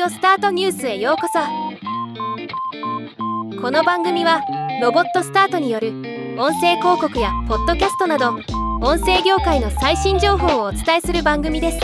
オスタートニュースへようこそ。この番組はロボットスタートによる音声広告やポッドキャストなど音声業界の最新情報をお伝えする番組です。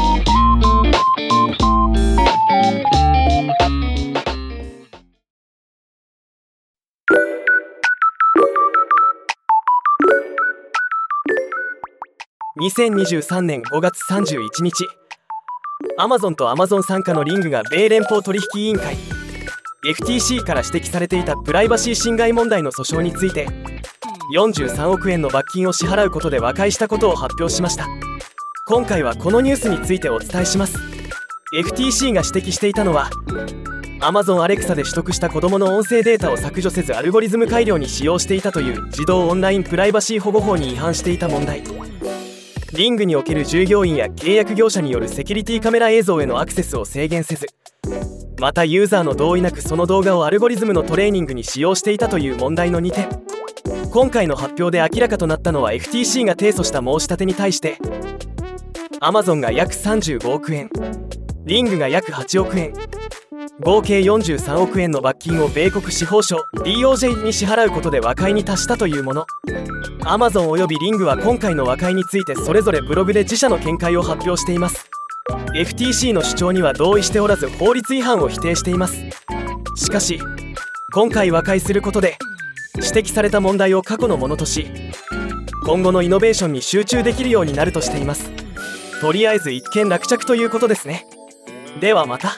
2023年5月31日、Amazon と Amazon 傘下のリングが米連邦取引委員会 FTC から指摘されていたプライバシー侵害問題の訴訟について43億円の罰金を支払うことで和解したことを発表しました。今回はこのニュースについてお伝えします。 FTC が指摘していたのは Amazon Alexa で取得した子どもの音声データを削除せずアルゴリズム改良に使用していたという自動オンラインプライバシー保護法に違反していた問題。リングにおける従業員や契約業者によるセキュリティカメラ映像へのアクセスを制限せず、またユーザーの同意なくその動画をアルゴリズムのトレーニングに使用していたという問題の2点。今回の発表で明らかとなったのは FTC が提訴した申し立てに対して Amazon が約35億円、リングが約8億円、合計43億円の罰金を米国司法省 DOJ に支払うことで和解に達したというもの。 Amazon およびリングは今回の和解についてそれぞれブログで自社の見解を発表しています。 FTC の主張には同意しておらず法律違反を否定しています。しかし今回和解することで指摘された問題を過去のものとし、今後のイノベーションに集中できるようになるとしています。とりあえず一件落着ということですね。ではまた。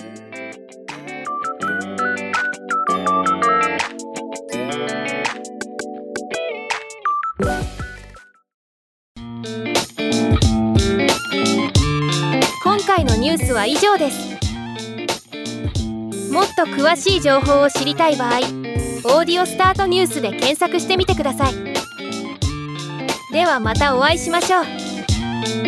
今回のニュースは以上です。もっと詳しい情報を知りたい場合、オーディオスタートニュースで検索してみてください。ではまたお会いしましょう。